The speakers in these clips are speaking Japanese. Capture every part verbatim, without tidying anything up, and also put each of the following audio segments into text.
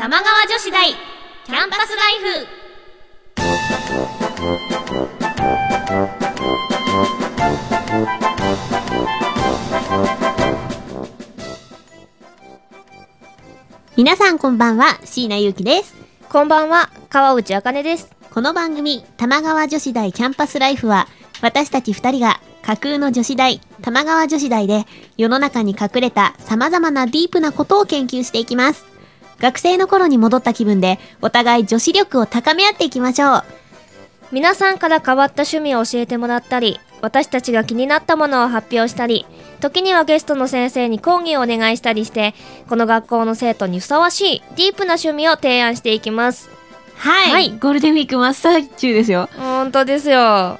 玉川女子大キャンパスライフ。皆さんこんばんは、椎名優樹です。 こんばんは、川内あかねです。 この番組玉川女子大キャンパスライフは、私たち二人が架空の女子大玉川女子大で世の中に隠れた様々なディープなことを研究していきます。学生の頃に戻った気分でお互い女子力を高め合っていきましょう。 皆さんから変わった趣味を教えてもらったり、私たちが気になったものを発表したり、時にはゲストの先生に講義をお願いしたりして、この学校の生徒にふさわしいディープな趣味を提案していきます。 はい、はい、ゴールデンウィーク真っ最中ですよ。 本当ですよ。はい、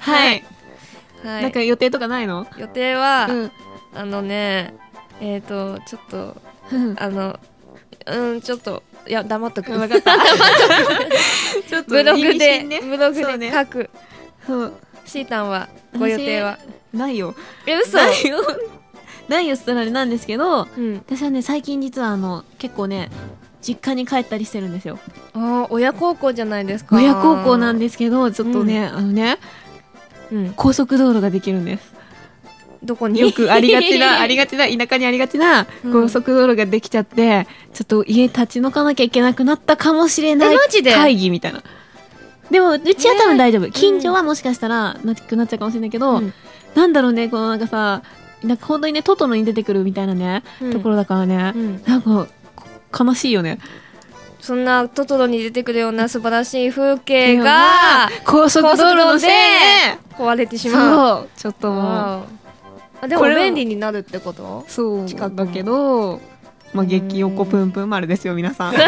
はい、なんか予定とかないの？ 予定は、 うん、 あのねえっ、ー、とちょっとあのうんちょっといや黙っとく。 分かった。 ちょっとブログで、ね、ブログで書く。 そう。 シータンはご予定はないよ。 え、嘘？ ないよ。ないよったらあれなんですけど、 うん、 私はね最近実はあの結構ね実家に帰ったりしてるんですよ。 ああ、親孝行じゃないですか。 親孝行なんですけど、ちょっとね、うん、あのね、うん、高速道路ができるんです。 どこに？ よくありがちなありがちな田舎にありがちな高速道路ができちゃって、うん、ちょっと家立ち退かなきゃいけなくなったかもしれない会議みたいな。でもうちは多分大丈夫、ね、近所はもしかしたらなくなっちゃうかもしれないけど、うん、なんだろうね、このなんかさ、なんか本当にねトトロに出てくるみたいなね、うん、ところだからね、うん、なんか悲しいよね。 そんなトトロに出てくるような素晴らしい風景が高速道路のせいで壊れてしまう。 そう、ちょっともうでも便利になるってこと？ そう近くだけど、まあ、激横プンプン丸ですよ皆さん。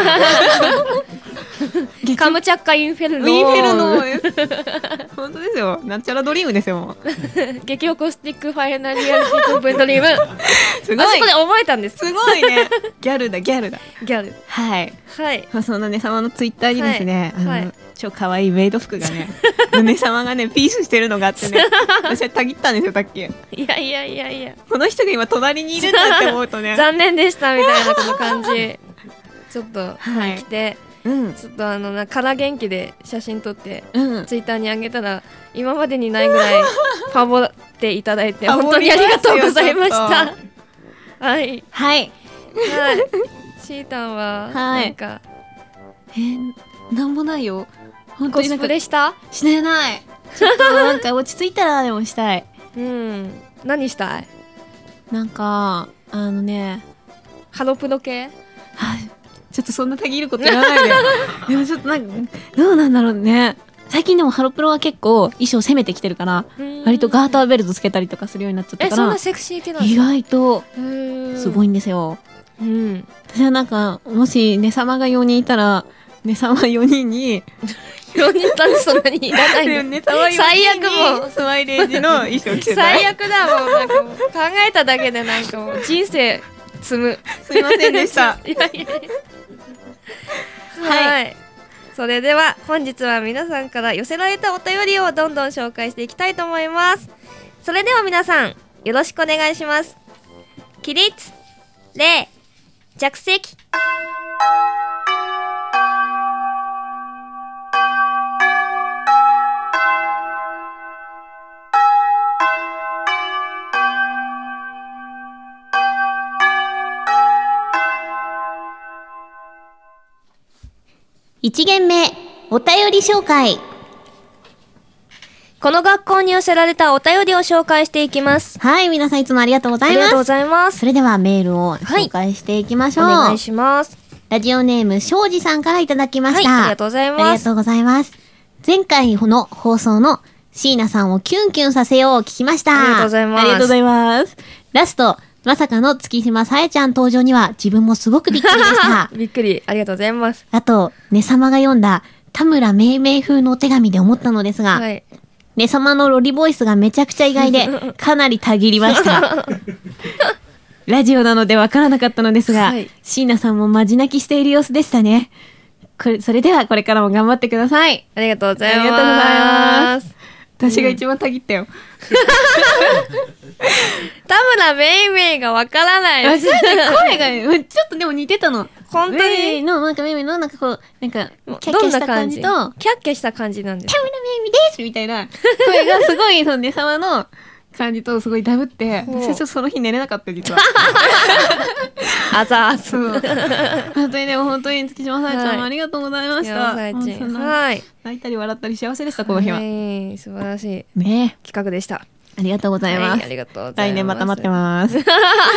カムチャッカインフェルノインフェルノ本当ですよ、なんちゃらドリームですよ。もう激横スティックファイナリアルプンプンドリーム。 すごい、 あそこで覚えたんです。 すごいね。ギャルだギャルだギャル。 はいはい。 まあ、そんなね様のツイッターにですね、はい、あの、はい、超可愛いメイド服がねね様がねピースしてるのがあってね、私はたぎったんですよ、さっき。いやいやいやいや、 この人が今隣にいるんだって思うとね残念でしたみたいなこの感じ。ちょっと、 はい、 来て、 うん、 ちょっとあのなから元気で写真撮って、 うん、 ツイッターに上げたら今までにないぐらいファボっていただいて本当にありがとうございました。はいはい、 シータンははい、 なんかえー、なんもないよ。本当になんかコスプレした？ してない。ちょっとなんか落ち着いたらでもしたい。 うん、何したい？ なんかあのね、 ハロプロ系？ はい、ちょっとそんなたぎること言わないで。でもちょっとなんかどうなんだろうね。最近でもハロプロは結構衣装攻めてきてるから、割とガーターベルトつけたりとかするようになっちゃったから、 え、そんなセクシー系なんですか？意外とすすごいんですよ。 うん、 私はなんかもしね様がよにんいたら、ね様よにんによにんたんそんなにいらないの。 ね、最悪もうスマイレージの衣装着てた。 最悪だもん。なんかもう考えただけでなんかもう人生積む。 すいませんでした。 いやいやいやはい、はい、それでは本日は皆さんから寄せられたお便りをどんどん紹介していきたいと思います。それでは皆さんよろしくお願いします。起立、礼、着席。 一限目、お便り紹介。 この学校に寄せられたお便りを紹介していきます。 はい、皆さんいつもありがとうございます。 ありがとうございます。 それではメールを紹介していきましょう。 はい、お願いします。 ラジオネーム庄司さんからいただきました。 はい、ありがとうございます。 ありがとうございます。前回の放送の椎名さんをキュンキュンさせようを聞きました。 ありがとうございます。 ありがとうございます。ラスト、まさかの月島さえちゃん登場には自分もすごくびっくりでした。 びっくり、ありがとうございます。 あと、ね様が読んだ田村めいめい風のお手紙で思ったのですが、はい、ね様のロリボイスがめちゃくちゃ意外でかなりたぎりました。ラジオなのでわからなかったのですが、はい、椎名さんもマジ泣きしている様子でしたね。これ、それではこれからも頑張ってください。 ありがとうございます。 ありがとうございます。私が一番たぎったよ。うん、 田村めいめいがわからない。 声が、ちょっとでも似てたの。 本当にメイのなんかメイのなんかこうなんかキャッキャした感じとキャッキャした感じなんです。 キャメラメイですみたいな声がすごいそのね様の感じとすごいダブって私はちょっとその日寝れなかった実はあざーす。 そう本当にでも本当に月島さやちゃんもありがとうございました。 はい、 はい、泣いたり笑ったり幸せでしたこの日は。 はい、素晴らしいね企画でした。 ありがとうございます。 はい、ありがとうございます。 来年また待ってます。 で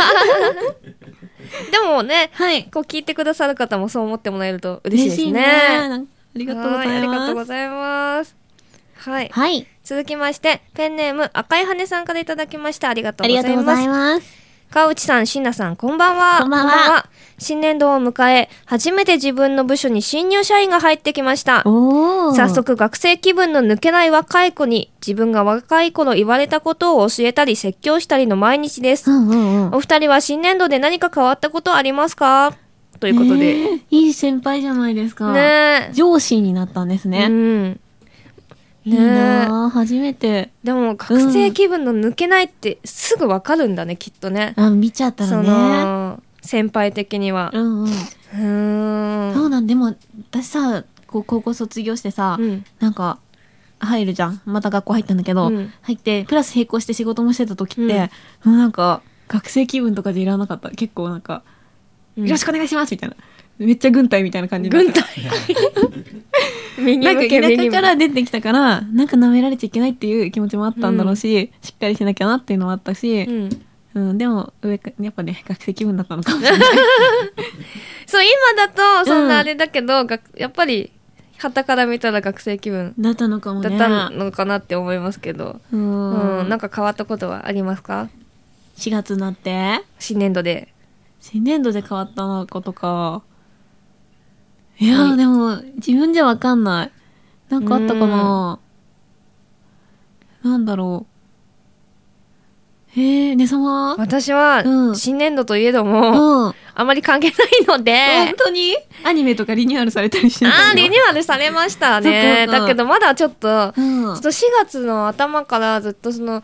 もね、 はい、 こう聞いてくださる方もそう思ってもらえると嬉しいですね。 ねありがとうございます。 ありがとうございます。はい。 はい。 続きまして、ペンネーム赤い羽さんからいただきました。ありがとうございます。 ありがとうございます。 川内さん、しんなさん、こんばんは。 こんばんは。こんばんは。 新年度を迎え、初めて自分の部署に新入社員が入ってきました。 おー。 早速、学生気分の抜けない若い子に、自分が若い頃言われたことを教えたり説教したりの毎日です。 うんうんうん、 お二人は新年度で何か変わったことありますか？ということで、えー。いい先輩じゃないですか。 ね、 上司になったんですね。 うん。 いいなぁ、初めて。 でも学生気分の抜けないってすぐわかるんだね、うん、きっとね。 あ、見ちゃったらね。 その先輩的には。 うんうん。うーん。 そうなんでも私さ、こう高校卒業してさ、うん、なんか入るじゃん。また学校入ったんだけど、うん、入ってプラス並行して仕事もしてた時って、うん、もうなんか学生気分とかでいらなかった。結構なんか、うん、よろしくお願いしますみたいな。めっちゃ軍隊みたいな感じになった。 軍隊なんか田舎から出てきたからなんか舐められちゃいけないっていう気持ちもあったんだろうし、うん、しっかりしなきゃなっていうのもあったし、うんうん、でも上かやっぱね学生気分だったのかもしれないそう今だとそんなあれだけど、うん、やっぱり傍から見たら学生気分だったのかもねだったのかなって思いますけど、うん、うん、なんか変わったことはありますか？ しがつになって新年度で新年度で変わったことか。いやー、はい、でも自分じゃわかんない。なんかあったかな。なんだろう。へえ、ねさま。 私は、うん、新年度といえども、うん、あまり関係ないので。 本当にアニメとかリニューアルされたりしてないの？ あー、リニューアルされましたね。だけどまだちょっと、うん、ちょっとしがつの頭からずっとその、あ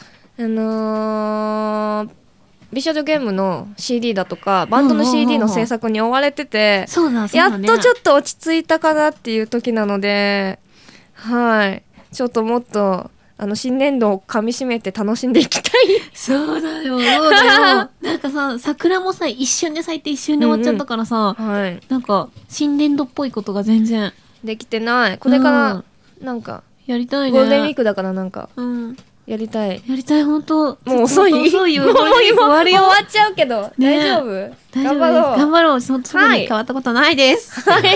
のー、ビジュアルゲームの シーディー だとかバンドの シーディー の制作に追われてて、 そうだそうだね、やっとちょっと落ち着いたかなっていう時なので、はいちょっともっとあの新年度を噛み締めて楽しんでいきたい。 そうだよそうだよなんかさ桜もさ一瞬で咲いて一瞬で終わっちゃったからさ、うんうん、はい、なんか新年度っぽいことが全然できてない。これから、うん、なんかやりたいね。 ゴールデンウィークだからなんか、うんやりたい。 やりたい、本当。 もう遅い遅いよ。 もう終わるよ。終わっちゃうけど。ね、大丈夫頑張ろう。頑張ろう。そのつもり変わったことないです。はい。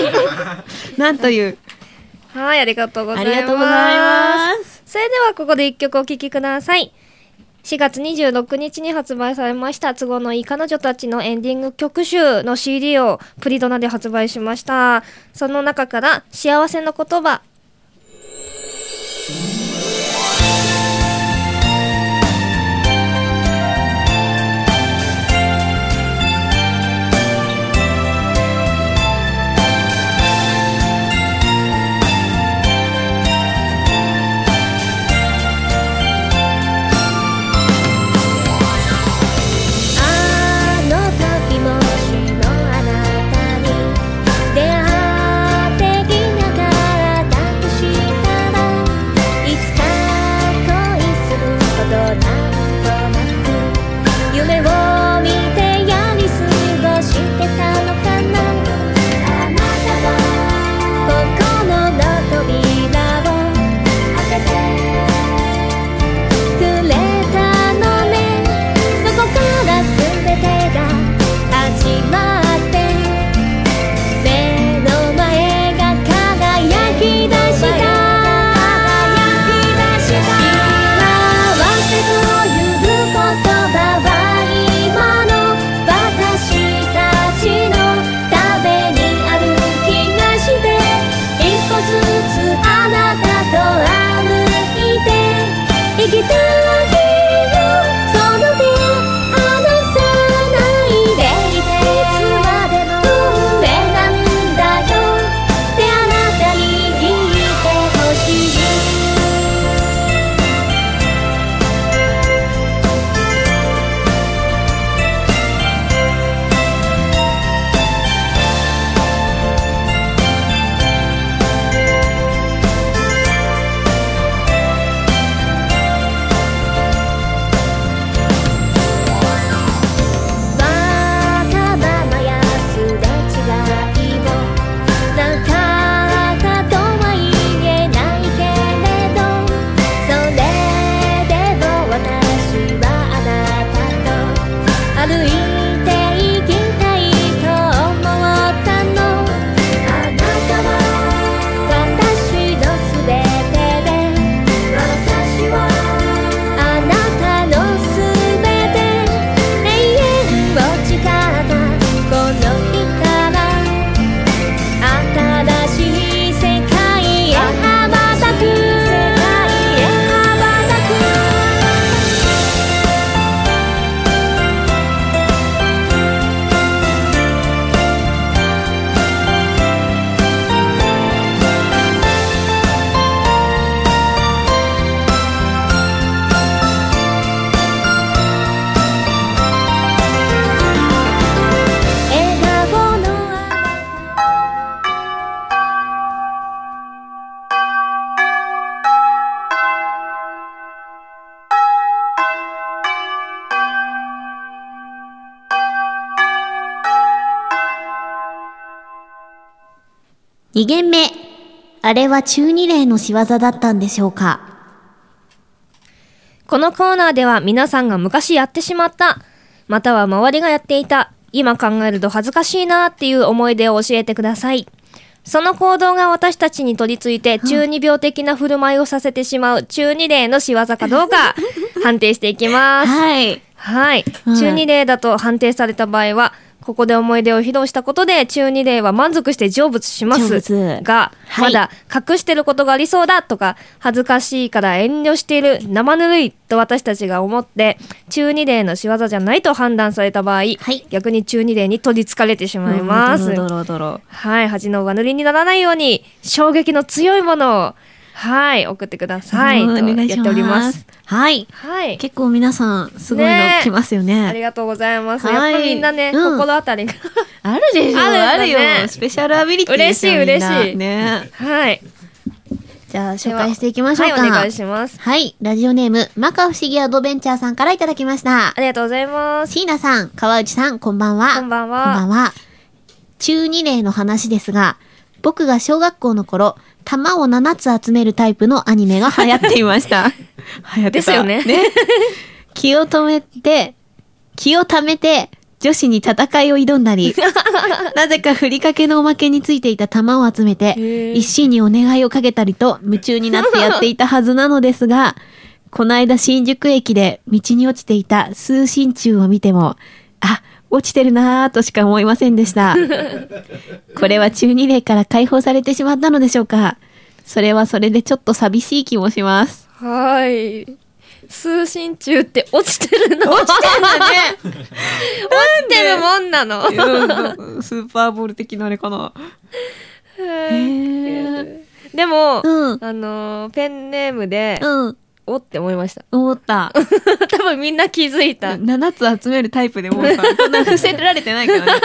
なんという。 はい、ありがとうございます。 ありがとうございます。 それではここで一曲お聴きください。しがつにじゅうろくにちに発売されました都合のいい彼女たちのエンディング曲集の シーディー をプリドナで発売しました。その中から幸せの言葉。 に限目。あれは中二例の仕業だったんでしょうか。 このコーナーでは皆さんが昔やってしまった、または周りがやっていた、今考えると恥ずかしいなっていう思い出を教えてください。その行動が私たちに取り付いて中二病的な振る舞いをさせてしまう中二例の仕業かどうか判定していきます。 はい。 はい。中二例だと判定された場合は、ここで思い出を披露したことで中二例は満足して成仏しますが、はい、まだ隠してることがありそうだとか恥ずかしいから遠慮している生ぬるいと私たちが思って中二例の仕業じゃないと判断された場合、はい、逆に中二例に取りつかれてしまいます。 ドロドロドロ。 はい。恥の上塗りにならないように衝撃の強いものをはい送ってくださいとやっております。 はい、はい、結構皆さんすごいの来ますよね。 ありがとうございます。やっぱみんなね、うん、心当たりがあるでしょ。ある、ね、あるよ。スペシャルアビリティですよ。 嬉しい嬉しいね。 はい。 じゃあ紹介していきましょうか。 はい、お願いします。 はい、ラジオネームマカ不思議アドベンチャーさんからいただきました。 ありがとうございます。 椎名さん、川内さん、こんばんは。 こんばんは。 こんばんは。中二例の話ですが、僕が小学校の頃、玉をななつ集めるタイプのアニメが流行っていました。 流行ってた。ですよね。ね気を止めて、気を溜めて、女子に戦いを挑んだり、なぜかふりかけのおまけについていた玉を集めて、一心にお願いをかけたりと夢中になってやっていたはずなのですが、この間新宿駅で道に落ちていた数真鍮を見ても、あ、落ちてるなぁとしか思いませんでした。これは中二例から解放されてしまったのでしょうか。それはそれでちょっと寂しい気もします。 はい。数真鍮って落ちてるの？ 落ちてるんだね。 落ちてるもんなの。 スーパーボール的なあれかな。 へー。でも、うん、あのー、ペンネームで、うんおって思いました。 思った。 多分みんな気づいた。 ななつ集めるタイプでもうさ、こんな伏せられてないからね。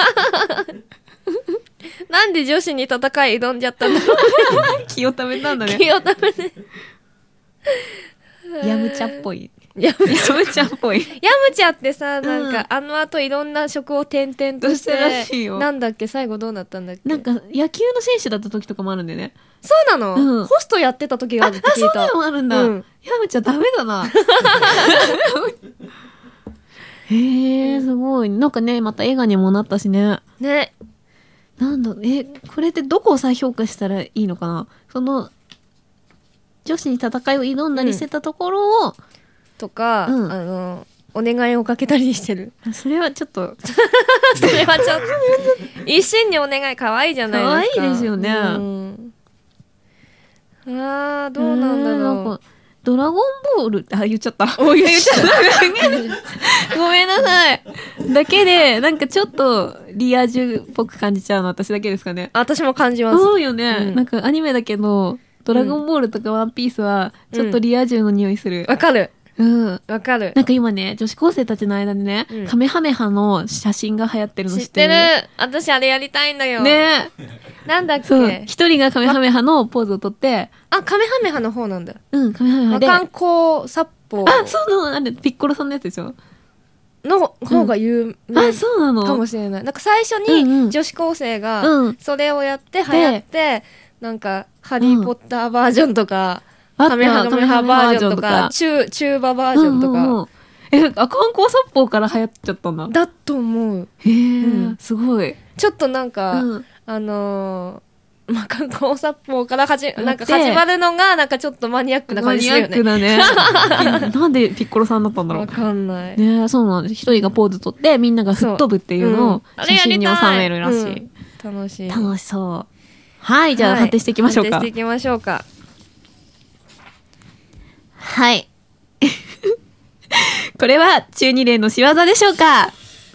なんで女子に戦い挑んじゃったんだろう。 気をためたんだね。 気をためね。 ヤムチャっぽい。 ヤムチャっぽい。 ヤムチャってさ、なんか、うん、あの後いろんな職を転々として、 らしいよ。 なんだっけ、最後どうなったんだっけ。 なんか、野球の選手だった時とかもあるんだよね。 そうなの、うん、ホストやってた時があるって聞いた。 あ、そういうのもあるんだ。うん、ヤムチャダメだな。へー、すごい。なんかね、また映画にもなったしね。 ね。 なんだ、え、これってどこをさ、評価したらいいのかな。その、女子に戦いを挑んだりしてたところを、うん、 とか、うん、あのお願いをかけたりしてる。 それはちょっとそれはちょっと一心にお願い可愛いじゃないですか。 可愛いですよね、うん、 あーどうなんだろう、えー、なんかドラゴンボールあ言っちゃった言っちゃったごめんなさいだけでなんかちょっとリア充っぽく感じちゃうの私だけですかね。 私も感じます。 そうよね、うん、なんかアニメだけどドラゴンボールとかワンピースはちょっとリア充の匂いする。 わ、うん、かる。 うん。 わかる。 なんか今ね、女子高生たちの間でね、うん、カメハメハの写真が流行ってるの知ってる？ 知ってる。私あれやりたいんだよ。 ねえ。なんだっけ？ 一人がカメハメハのポーズをとって、 あ、カメハメハの方なんだ。 うん、カメハメハで。 観光殺法。 あ、そうなの。あれ、ピッコロさんのやつでしょ？ の方が有名、 うん、あ、そうなの？ かもしれない。なんか最初に女子高生がそれをやって流行って、うん、なんか、ハリーポッターバージョンとか、うん、カメハメハバージョンとか、中、中馬バージョンとか。うんうんうん、 え、あ、観光殺法から流行っちゃったんだ。 だと思う。 へー、うん、すごい。 ちょっとなんか、うん、あのー、まあ、観光殺法からはじ、なんか始まるのが、なんかちょっとマニアックな感じするよね。 マニアックだね。なんでピッコロさんだったんだろう。 わかんない。 ね、そうなんです。一人がポーズ取って、みんなが吹っ飛ぶっていうのを写真に収めるらしい。 うん、楽しい。 楽しそう。はい、じゃあ、はい、判定していきましょうか。 判定していきましょうか。 はい。これは中二例の仕業でしょうか？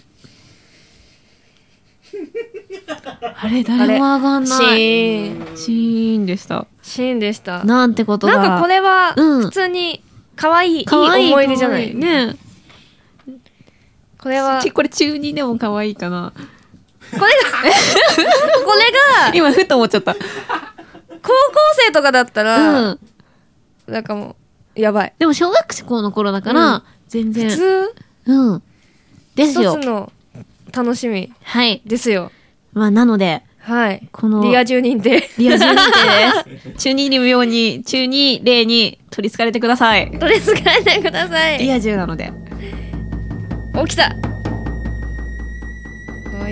あれ、誰も上がんない。 シーン。 シーンでした。 シーンでした。 なんてことだ。 なんかこれは、普通に、可愛い、うん、いい思い出じゃない。 ね。 これは。 これ中二でも可愛いかな。 これが、これが、 今、ふと思っちゃった。 高校生とかだったら、うん、なんかもう、やばい。 でも小学校の頃だから、うん、全然。 普通うん。ですよ。 一つの楽しみ。 はい。 ですよ。 まあ、なので、 はい。 このリア充認定。 リア充認定です。中二に無用に、中二例に取り憑かれてください。 取り憑かれてください。 リア充なので。 お、来た。はい。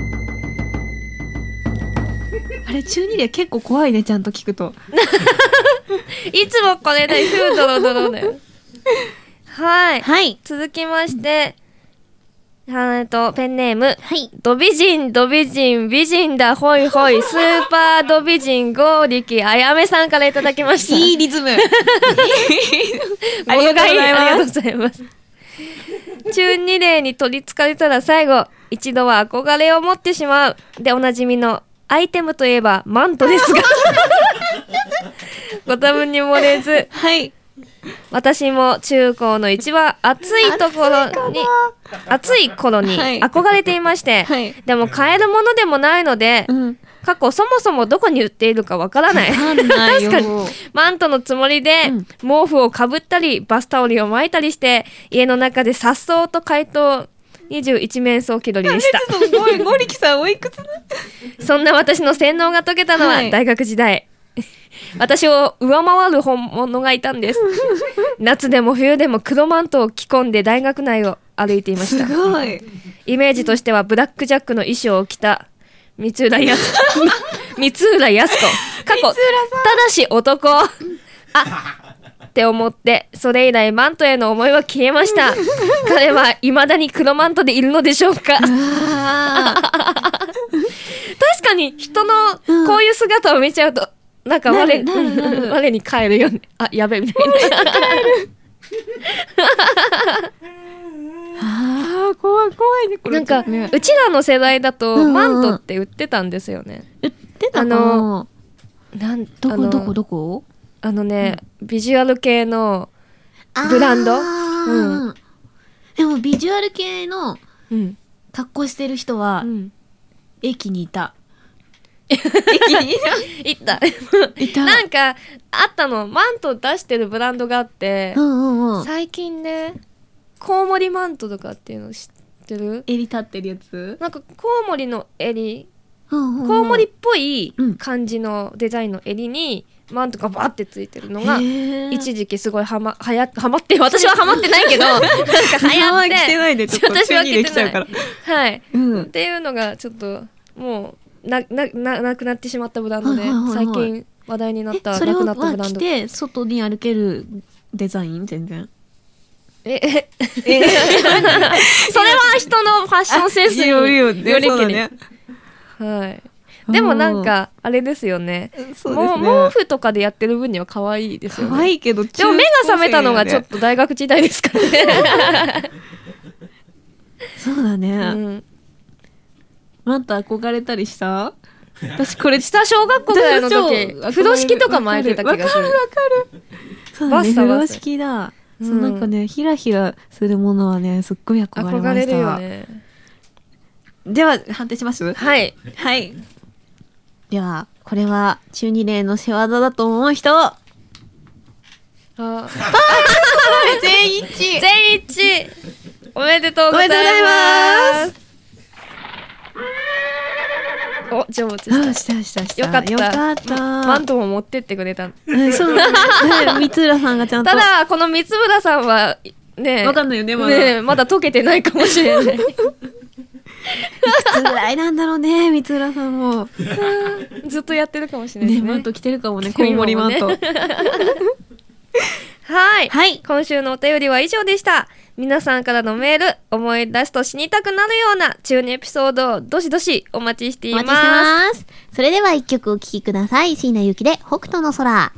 あれ、中二例結構怖いね、ちゃんと聞くと。 いつもこれでフードロドロだよ。はい。 はい。 続きまして、えっと、ペンネーム。 はい。 ド美人、ド美人、美人だ、ほいほい、スーパード美人、ゴーリキ、あやめさんからいただきました。 いいリズム。ありがとうございます。ありがとうございます。中二例に取り憑かれたら最後、一度は憧れを持ってしまう。で、おなじみのアイテムといえばマントですが。ご多分に漏れず。 はい。 私も中高の一番暑いところに、暑い頃に憧れていまして、はい、でも買えるものでもないので、うん、過去そもそもどこに売っているかわからない。確かに。マントのつもりで、うん、毛布をかぶったり、バスタオルを巻いたりして、家の中で颯爽と怪盗にじゅういち面相気取りでした。 ゴリキさんおいくつだそんな私の洗脳が解けたのは大学時代。はい私を上回る本物がいたんです。夏でも冬でも黒マントを着込んで大学内を歩いていました。 すごい。 イメージとしてはブラックジャックの衣装を着た三浦靖子。三浦靖子。過去、ただし男。あって思って、それ以来マントへの思いは消えました。彼は未だに黒マントでいるのでしょうか。確かに人のこういう姿を見ちゃうと、なんか我、我に帰るよね。あ、やべみたいな。 ああ、怖い怖いね、これ。 なんか、うちらの世代だと、マントって売ってたんですよね。 売ってたかな？あの、 なん、 どこどこどこ？ あのね、ビジュアル系のブランド？ うん。でも、ビジュアル系の格好してる人は、駅にいた。 行った行ったなんかあったのマント出してるブランドがあって、うんうんうん、最近ねコウモリマントとかっていうの知ってる？ 襟立ってるやつなんかコウモリの襟、うんうんうん、コウモリっぽい感じのデザインの襟にマントがバーってついてるのが一時期すごいはま、はや、はまって私ははまってないけどなんか流行って着てないでちょっと中二できちゃうからはい、うん、っていうのがちょっともうな、な、な、なくなってしまったブランドで、はいはいはいはい、最近話題になったなくなったブランド。 それを着て外に歩けるデザイン全然。 え、え、え、それは人のファッションセンスによりよりけり。ね、はい。でもなんか、あれですよね。そうですね。毛布とかでやってる分には可愛いですよね。 可愛いけど、 でも目が覚めたのがちょっと大学時代ですからね。 そうだね。うんマント憧れたりした？私これ下小学校ぐらいの時風呂敷とか巻いてた気がする。 わかるわかる。そうだね、風呂敷だ。うん、そうなんかねひらひらするものはねすっごい憧れました。憧れるよね。では判定します？ はいはい。ではこれは中二例の仕業だと思う人。ああ全員一致。 全員一致。おめでとうございます。お、上手した。 したしたした。 よかった。 よかった。 マントも持ってってくれた。 うん、そうだね。三浦さんがちゃんと。 ただ、この三浦さんは、ねわかんないよね、まだ。 ねまだ溶けてないかもしれない。いくつぐらいなんだろうね、三浦さんも。 ずっとやってるかもしれないね。 ね、マント着てるかもね、コウモリマント。 はい。はい。今週のお便りは以上でした。皆さんからのメール、思い出すと死にたくなるような中二エピソードをどしどしお待ちしています。お待ちしてます。 それでは一曲お聴きください。椎名ゆきで北斗の空。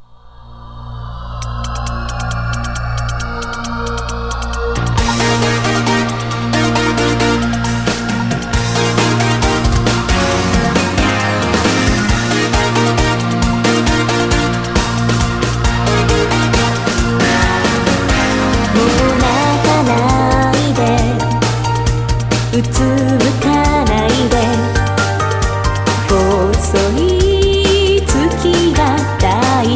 うつむかないで細い月が大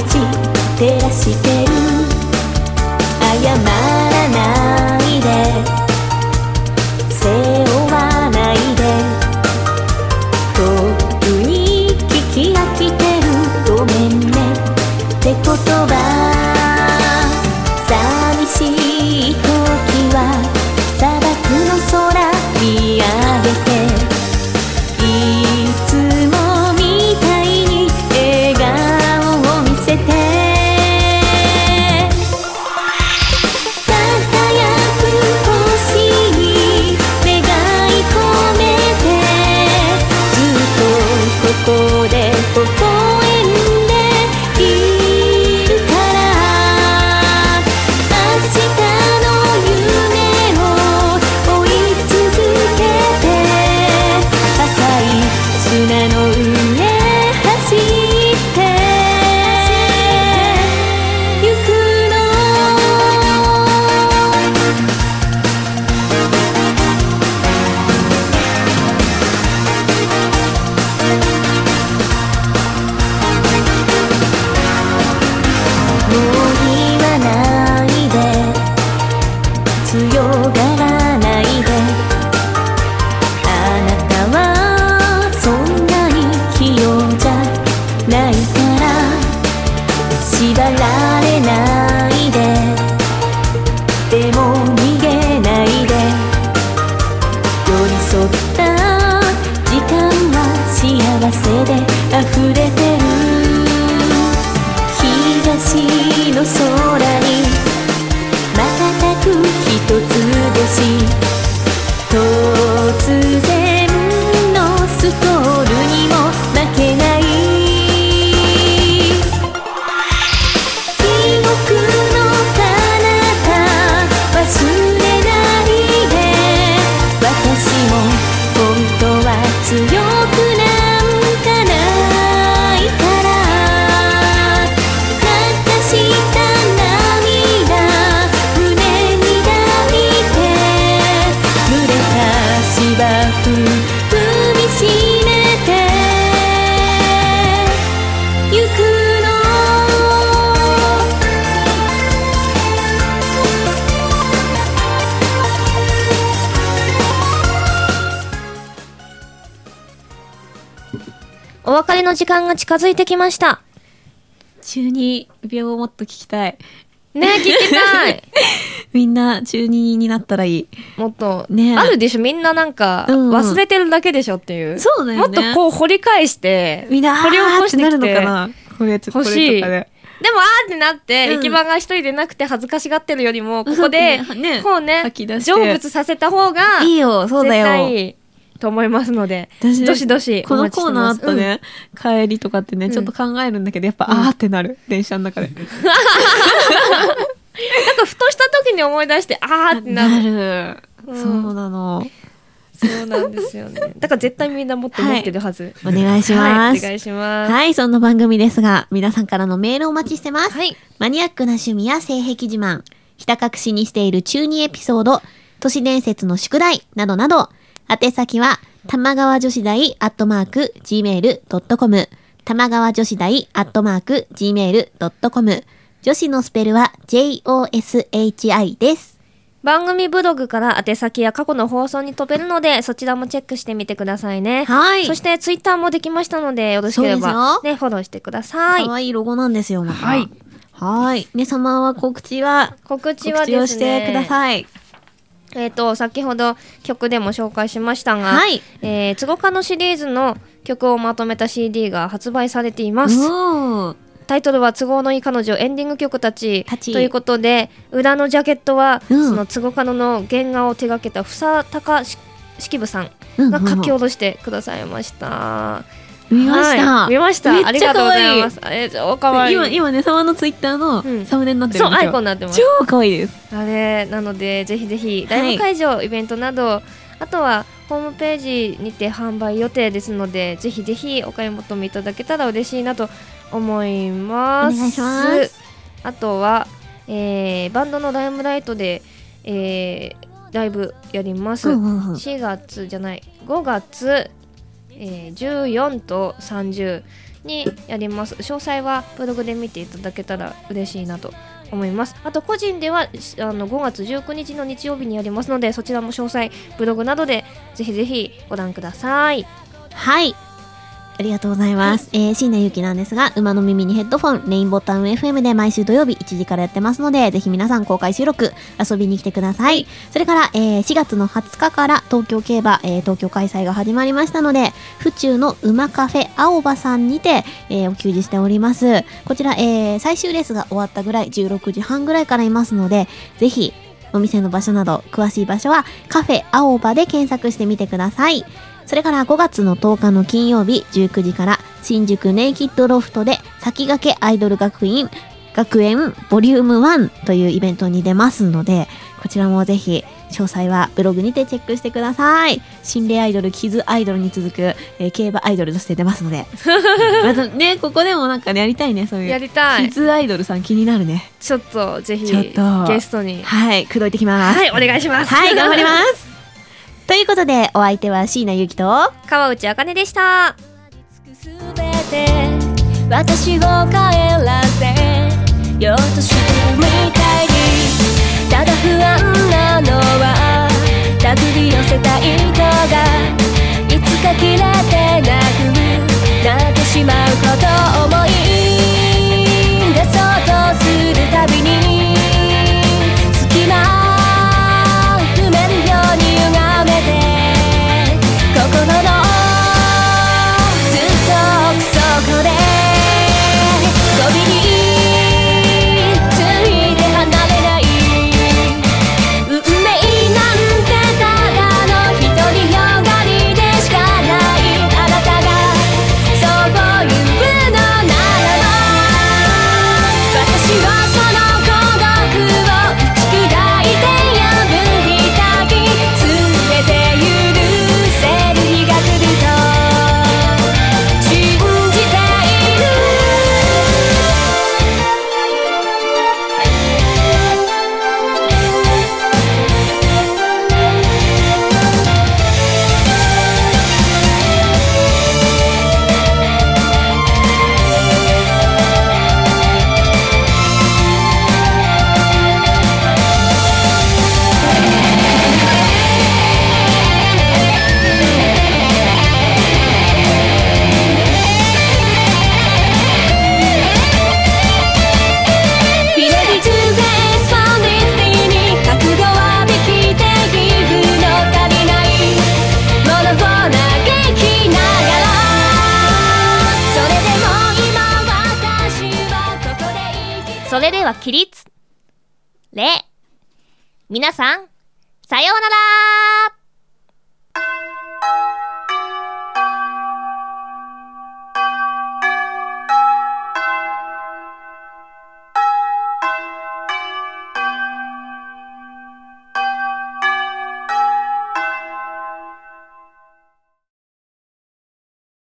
せで溢れてる。東の空に瞬く一つ星、突然のストールにも負けない。記憶の彼方忘れないで、私も本当は強くなんかないから、流した涙胸に抱いて、濡れた芝生踏みしめてゆくの。 お別れの時間が近づいてきました。 中二病をもっと聞きたいね、聞きたいみんな中二になったらいい。 もっと、 ね、 あるでしょ、みんななんか、うんうん、忘れてるだけでしょっていう。 そうだよね。 もっとこう掘り返して、 みんな掘り起こしてきてなるのかな、これ欲しい。でもあーってなって、うん、駅番が一人でなくて恥ずかしがってるよりも、ここで、ね、こうね、成仏させた方が、 いいよ、そうだよ。 絶対いいと思いますので、どしどしこのコーナーあったね、うん、帰りとかってね、ちょっと考えるんだけど、やっぱ、うん、あーってなる、電車の中で。なんかふとした時に思い出して、あーってなる。 なる。うん、そうなの。 そうなんですよね。だから絶対みんなもっと持ってるはず。 はい、お願いします、 はい。お願いします。 はい、そんな番組ですが、皆さんからのメールをお待ちしてます。 はい、 マニアックな趣味や性癖自慢、ひた隠しにしている中二エピソード、都市伝説の宿題などなど、宛先は、玉川女子大アットマーク ジーメールドットコム 玉川女子大アットマーク ジーメールドットコム 女子のスペルは ジェイオーエスエイチアイ です。 番組ブログから宛先や過去の放送に飛べるので、そちらもチェックしてみてくださいね。 はい。 そしてツイッターもできましたので、よろしければね、フォローしてください。 かわいいロゴなんですよ、また。 はい。 はい。皆様は告知は告知はですね、 告知をしてください。 えっと、先ほど曲でも紹介しましたが、 はい、 えー、つごかのシリーズの曲をまとめた シーディー が発売されています。タイトルは都合のいい彼女エンディング曲たちということで、裏のジャケットは、うん、そのつごかのの原画を手掛けた房高式部さんが書き下ろしてくださいました。うんうんうん、 見ました、 はい、見ました。ありがとうございます。あれ超かわいい。 今今ね様のツイッターのサムネになってるんですよ、 うん、そうアイコンになってます。 超かわいいです。 あれなのでぜひぜひライブ会場、はい、イベントなど、あとはホームページにて販売予定ですので、ぜひぜひお買い求めいただけたら嬉しいなと思います。 お願いします。 あとは、えー、バンドのライムライトで、えー、ライブやります、うんうんうん、しがつじゃないごがつえー、じゅうよっかとさんじゅうにやります。詳細はブログで見ていただけたら嬉しいなと思います。あと個人ではあのごがつじゅうくにちの日曜日にやりますので、そちらも詳細ブログなどでぜひぜひご覧ください。 はい、ありがとうございます。えー、椎名ゆきなんですが、馬の耳にヘッドフォン、レインボタン エフエム で毎週土曜日いちじからやってますので、ぜひ皆さん公開収録遊びに来てください。それから、えー、しがつのはつかから東京競馬、えー、東京開催が始まりましたので、府中の馬カフェ青葉さんにて、えー、お給仕しております。こちら、えー、最終レースが終わったぐらい、じゅうろくじはんぐらいからいますので、ぜひお店の場所など詳しい場所はカフェ青葉で検索してみてください。それからごがつのとおかの金曜日じゅうくじから新宿ネイキッドロフトで先駆けアイドル学院学園ボリュームワンというイベントに出ますので、こちらもぜひ詳細はブログにてチェックしてください。心霊アイドル、キズアイドルに続く、えー、競馬アイドルとして出ますのでまたね、ここでもなんかねやりたいね、そういうやりたいキズアイドルさん気になるね。 ちょっとぜひちょっとゲストにはい口説いてきます。 はい、お願いします。 はい、頑張りますということで、お相手は椎名ゆきと川内あかねでした。 すべて私を帰らせようとしてるみたいに、ただ不安なのは手繰り寄せた糸がいつか切れてなくなってしまうことを思い出そうとするたびに、隙間埋めるように歪めて心のずっれでは起立。礼。皆さん、さようなら。